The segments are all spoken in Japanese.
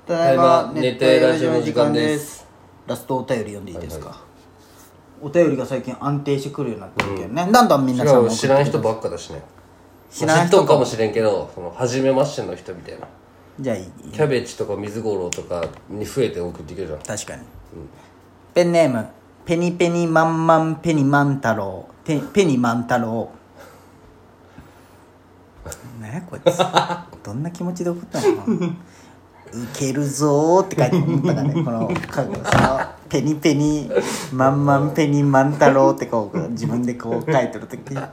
ただいま熱帯ラジオの時間です。ラストお便り読んでいいですか？お便りが最近安定してくるようになってるけどね、だんだん皆さんも知らん人ばっかだしね。知らん人かもしれんけど、その初めましての人みたいな。 じゃあいいキャベチとか水五郎とかに増えて送ってくるじゃん。 確かに、ペンネームペニペニマンマンペニマン太郎ペニマン太郎何やこいつどんな気持ちで送ったのウケるぞーって書いて思ったからねこのペニペニマンマンペニマン太郎ってこう自分でこう書いてる時こ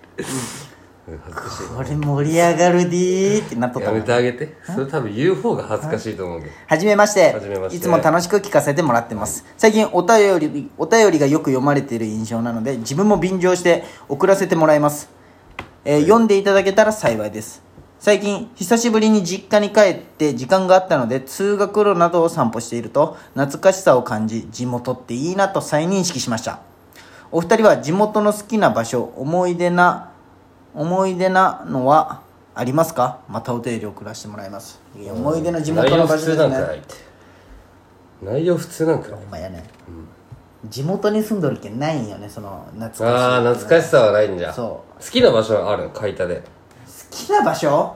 れ盛り上がるでーってなっとったやめてあげて。それ多分言う方が恥ずかしいと思うけど。 はじめまして。 はじめまして。 いつも楽しく聞かせてもらってます。最近お便りがよく読まれている印象なので自分も便乗して送らせてもらいます。読んでいただけたら幸いです。最近久しぶりに実家に帰って時間があったので通学路などを散歩していると懐かしさを感じ、地元っていいなと再認識しました。お二人は地元の好きな場所、思い出なのはありますか？またお便り送らせてもらいます。思い出の地元の場所ですね。 内容普通なんかい。 お前やね、地元に住んどるけんないんよね、その懐かしさ、 ああ懐かしさはないんじゃ。 そう好きな場所はあるの？海田で好きな場所？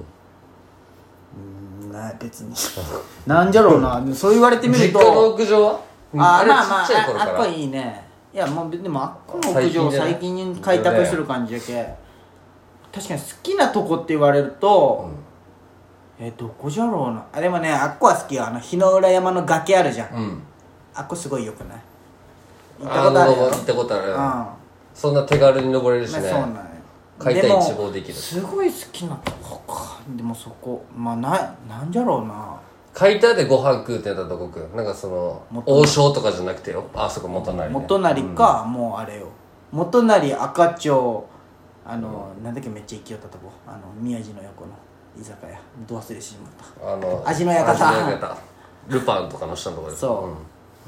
別になんじゃろうなそう言われてみると実家の屋上はまあれちっちゃい頃からあっこいいね。いやもうでもあっこの屋上最近に開拓する感じやけ、確かに好きなとこって言われると、どこじゃろうな。でもねあっこは好きよ。日の浦山の崖あるじゃん、あっこすごいよくない？行ったことあるよ。 行ったことある、そんな手軽に登れるしね。 そうなんよ。 海田一望できる。 すごい好きなとこか。でもそこなんじゃろうな。 海田でご飯食うってやったらどこ食う？なんかその王将とかじゃなくてよ。あそこ元成ね。 元成か、もうあれよ。元成赤町なんだっけめっちゃ行きよったとこ。宮地の横の居酒屋。ど忘れしてしまった。味の館。 ルパンとかの下のところです。 そう、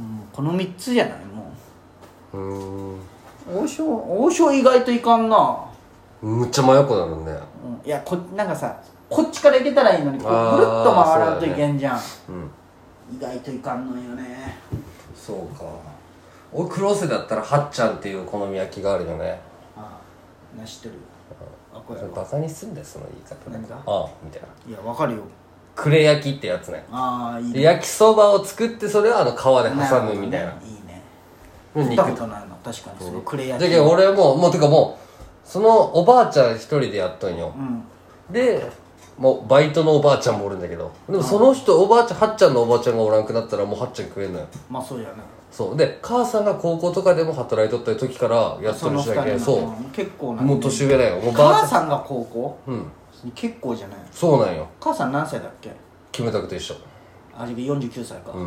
この3つじゃないもう。王将意外といかんな。 むっちゃ真横なのね。 いやなんかさこっちから行けたらいいのにぐるっと回らんといけんじゃん、意外といかんのよね。 そうか。俺黒瀬だったらはっちゃんっていうお好み焼きがあるよね。 知ってる。 これバカにすんだよその言い方。 何かみたいな。 いやわかるよ。 クレ焼きってやつね。 いいね。 焼きそばを作ってそれを皮で挟むみたいな。 いいね。 肉食ったことないの確かに。そのクレ焼き。 だけど俺もてかそのおばあちゃん一人でやっとんよ、でもうバイトのおばあちゃんもおるんだけど、でもその人はっちゃんのおばあちゃんがおらんくなったらもうはっちゃん食えんのよ。 まあそうやね。 そうで母さんが高校とかでも働いとった時からやっとるしだけ。そう結構な。 もう年上だよ。もう母さんが高校？結構じゃない。 そうなんよ。 母さん何歳だっけ？ キムタクと一緒。 49歳か。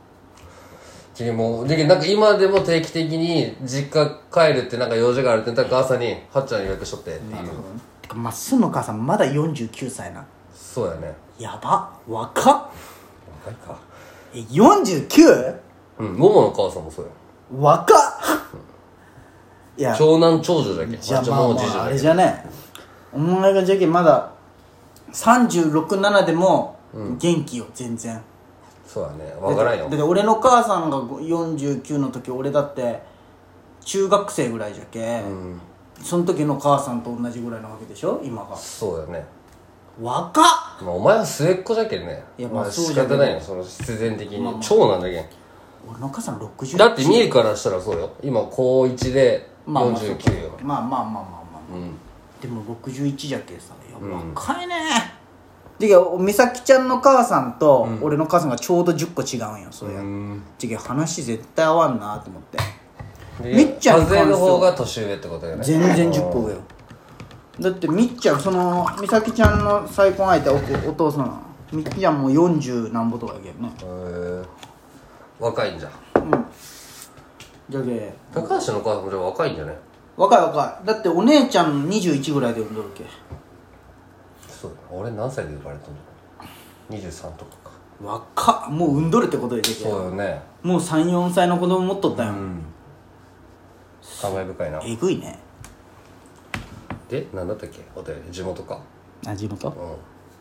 もうなんか今でも定期的に実家帰るってなんか用事があるって言ったら母さんに「はっちゃん予約しとって」っていう。 てかまっすんの母さんまだ49歳な。 そうやね。 やば若っ。 若いか。 49？ ももの母さんもそうよ。 若っ。いや長男長女だけ。 じゃああれじゃね、お前がじゃけまだ36、7でも元気よ、全然。 そうだね。分からんよ。 だって俺の母さんが49の時俺だって中学生ぐらいじゃけ、その時の母さんと同じぐらいなわけでしょ今が。 そうだね。 若っ。 お前は末っ子じゃけんね。 いやまあ仕方ないよ、その必然的に。長男だけん。 俺の母さん61 だって見るからしたらそうよ。今高1で49よ。 まあでも61じゃけさ。若いね。で美咲ちゃんの母さんと俺の母さんがちょうど10個違うんよ。そうやじゃけ話絶対合わんなと思って。みっちゃんに関してはの方が年上ってことよね。 全然10個上よ。だってみっちゃんその美咲ちゃんの再婚相手お父さんみっちゃんも40何ぼとかやけんね。 若いんじゃん。 じゃけ高橋の母さんもじゃあ若いんじゃね。 若い。だってお姉ちゃん21ぐらいで産んどるけ。 そうだ。俺何歳で生まれたの？23とかか。 若っ。もう産んどるってことでしょ。 そうよね。 もう3、4歳の子供持っとったよ。 感慨深いな。 えぐいね。 で何だったっけお便り。地元か。 地元。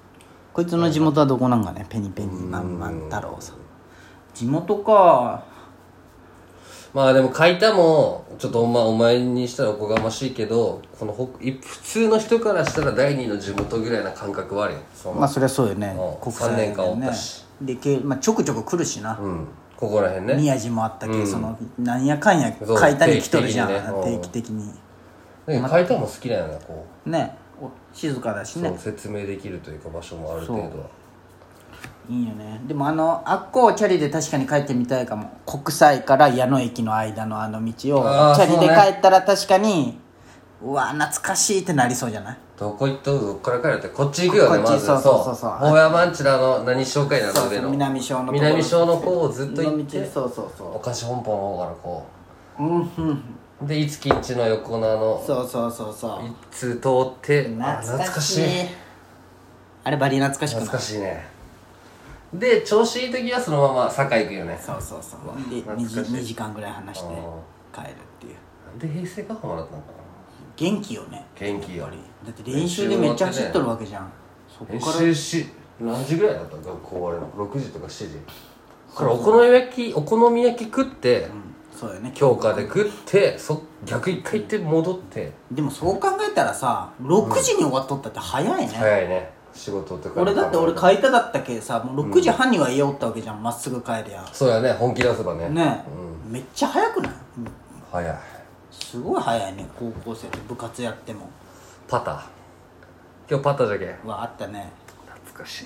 こいつの地元はどこなんかね、ペニペニマンマン太郎さん。地元か。 まあでも海田もちょっとお前にしたらおこがましいけど、この普通の人からしたら第二の地元ぐらいな感覚はあるよ。 まあそりゃそうよね。 国際3年間おったしでまあ、ちょくちょく来るしな、 ここら辺ね。 宮地もあったけど、そのなんやかんや海田に来とるじゃん、定期的に。 海田も好きだよね、こうね、静かだしね。 説明できるというか場所もある程度はいいよね。でもあっこをチャリで確かに帰ってみたいかも。国際から矢野駅の間のあの道をチャリで帰ったら確かにうわ懐かしいってなりそうじゃない？ どこ行ったどっから帰るってこっち行くよね。まずそう大山んちの何紹介なの上の南小の方をずっと行って、 そうお菓子本舗の方からこうでいつきんちの横のそういつ通って懐かしい。 あれバリ懐かしくない？ 懐かしいね。で調子いい時はそのまま堺行くよね。 そうで2時間ぐらい話して帰るっていう。 なんで平成かハマだったのかな。 元気よね。 元気よ。 だって練習でめっちゃ走っとるわけじゃん。そこから練習何時ぐらいだったの学校終わるの6時とか7時からお好み焼き食って、 そうよね、 強化で食って逆一回行って戻って。 でもそう考えたらさ6時に終わっとったって早いね。 早いね。仕事とか俺だって海田だったけさもう6時半には家おったわけじゃん、まっすぐ帰りゃ。 そうやね、本気出せばね。 めっちゃ早くない？ 早い。 すごい早いね。高校生で部活やってもパタ今日パタじゃけはあったね。 懐かしい。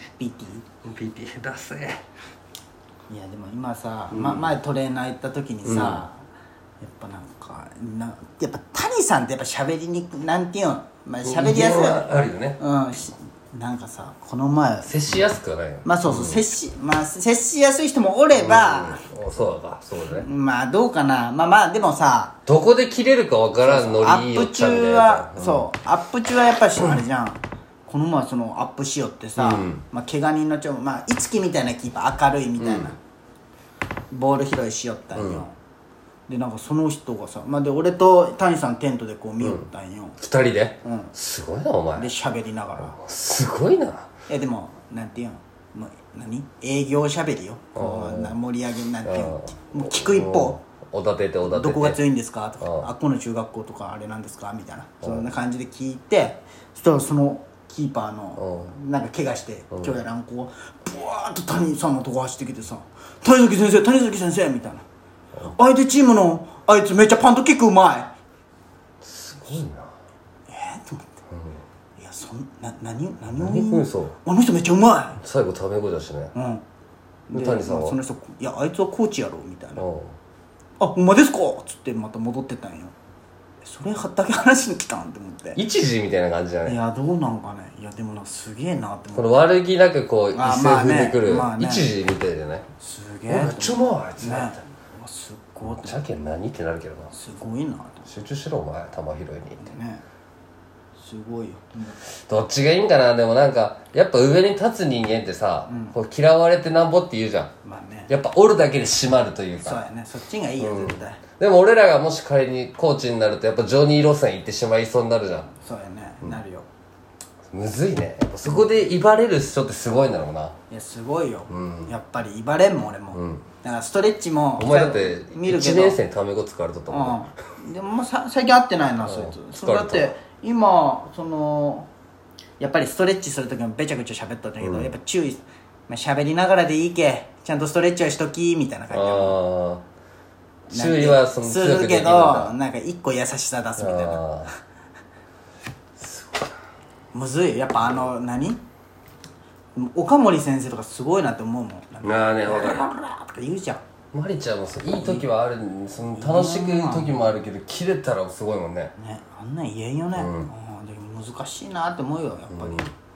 PT 出せ。 いやでも今さ、前トレーナー行った時にさ、やっぱやっぱ谷さんってやっぱ喋りになんていうの、喋りやすいあるよね。 なんかさこの前接しやすくはないよ。 接しやすい人もおれば、 そうだね。 まあどうかな。まあでもさどこで切れるかわからんノリいいよっちゃみたいな。 アップ中はやっぱしあれじゃん。この前そのアップしよってさ、怪我人のいつきみたいなキーパー明るいみたいな、ボール拾いしよったんよ。でなんかその人がさ、で俺と谷さんテントでこう見よったんよ、 2人で。すごいなお前。 で喋りながら。 すごいな。 でもなんていうの、営業喋りよ。こう盛り上げなんていうの、もう聞く一方、 おだててどこが強いんですかとか、あっこの中学校とかあれなんですかみたいな、そんな感じで聞いて、そしたらそのキーパーのなんか怪我して今日やらん子がブワーッと谷さんのとこ走ってきてさ「谷崎先生」みたいな「相手チームのあいつめっちゃパントキックうまい」 すごいな。 と思って、いや何を言うの？ あの人めっちゃうまい。最後タメ語だしね。 で谷さんはその人「いやあいつはコーチやろ」みたいな「あほんまですか」っつってまた戻ってったんよ。それだけ話に来たんって思って、 一時みたいな感じじゃない？ いやどうなんかね。いやでもすげえなって思って、 この悪気なくこう一斉踏んでくる一時みたいじゃない？ すげえめっちゃうまいあいつね。 すっごいじゃけん何ってなるけどな。 すごいな集中しろお前球拾いにってね。すごいよ。 どっちがいいんかな。でもなんかやっぱ上に立つ人間ってさ、こう嫌われてなんぼって言うじゃん。やっぱおるだけで締まるというか。 そうやね、そっちがいいよ絶対。 でも俺らがもし仮にコーチになるとやっぱジョニー路線行ってしまいそうになるじゃん。 そうやね、なるよ。 むずいね。やっぱそこで威張れる人ってすごいんだろうな。 いやすごいよ、やっぱり威張れんもん俺も、だからストレッチもお前だって1 見るけど年生にタメ語使われとったもんね。 でも最近会ってないなそいつ。だって今やっぱりストレッチする時もべちゃくちゃ喋っとったけど、やっぱ注意、喋りながらでいいけちゃんとストレッチはしときみたいな感じで。 注意はするけどなんか一個優しさ出すみたいな。むずいやっぱ岡森先生とかすごいなって思うもん。 ああね、分かる。 とか言うじゃん。 マリちゃんもいい時はある、楽しく時もあるけど切れたらすごいもんね。 ね、あんなん言えんよね。でも難しいなって思うよやっぱ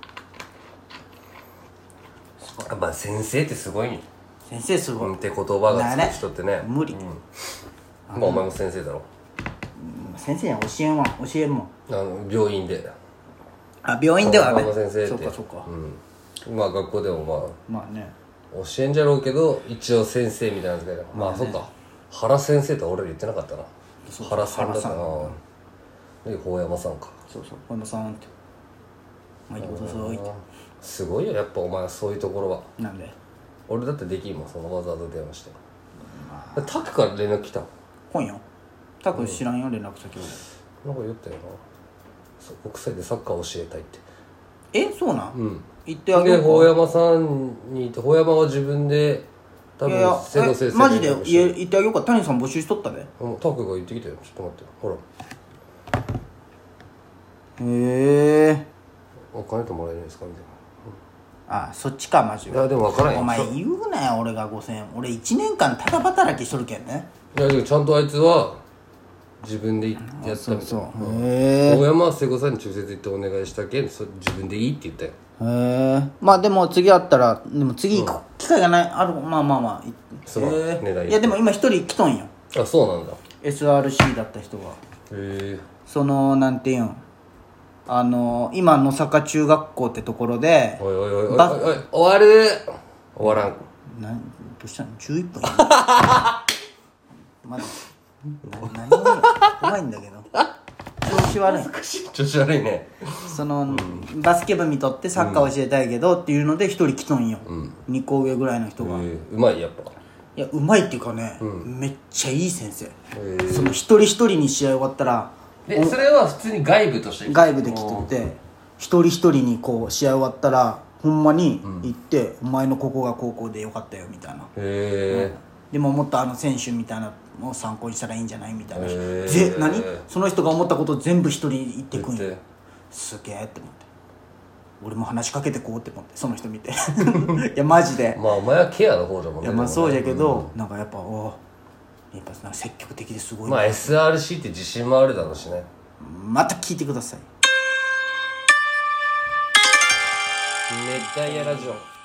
り。 まあ先生ってすごいよ。 先生すごい。 って言葉がつく人ってね。 無理。 まあお前も先生だろ。 先生には教えんもん。 病院で。 病院ではね。 先生って。 そうか。 まあ学校でもまあね。 教えんじゃろうけど一応先生みたいな扱いだ。まあそっか。原先生と俺ら言ってなかったな。原さんだったな。で法山さんか。 そう法山さんって。まあいいことそういって。 すごいよやっぱお前そういうところは。 なんで俺だってできんもんそのわざわざ電話して。タクから連絡来た。 本よタク知らんよ、連絡先を。 なんか言ったよな。国際でサッカー教えたいって。 そうなん、言ってあげでようか。 法山さんに法山は自分で多分瀬戸先生マジで言ってあげようか。谷さん募集しとったで。 タクが言ってきたよ。ちょっと待ってほら。 へえ。 お金ともらえるんですかみたいあ、そっちかマジで。 な。いやでも分からんよ。 お前言うなよ、俺が5000円。俺1年間ただ働きしとるけんね。 いやでもちゃんとあいつは自分でやったみたいな。 そうへえ。 大山は瀬古さんに直接行ってお願いしたけん自分でいいって言ったよ。 へえ。まあでも次会ったら、でも次行く機会がない、ある。まあその狙い。 いやでも今一人来とんよ。 あ、そうなんだ。 SRC だった人が。 へえ。 そのなんていうん、今野坂中学校ってところで、 おいおいおいおいおい終わる。終わらん。 どうしたの11分やまだ何もうまいんだけど調子悪い。 調子悪いね。 その、バスケ部にとってサッカー教えたいけどっていうので一人来とんよ、2個上ぐらいの人が。 うまいやっぱ。 いやうまいっていうかね、めっちゃいい先生。 ーその一人一人に試合終わったらでそれは普通に外部として外部で来てて、一人一人にこう試合終わったらほんまに行って、お前のここが高校でよかったよみたいな。 へえ。 でももっと選手みたいなのを参考にしたらいいんじゃないみたいな。 へ何その人が思ったことを全部一人言ってくんよ言って。 すげえって思って、俺も話しかけてこうって思ってその人見ていやマジで。 まあお前はケアの方だもんね。 いやまあそうじゃけど、なんかやっぱやっぱなんか積極的ですごいな。 まあ SRC って自信もあるだろうしね。 また聞いてください。 熱帯夜ラジオ。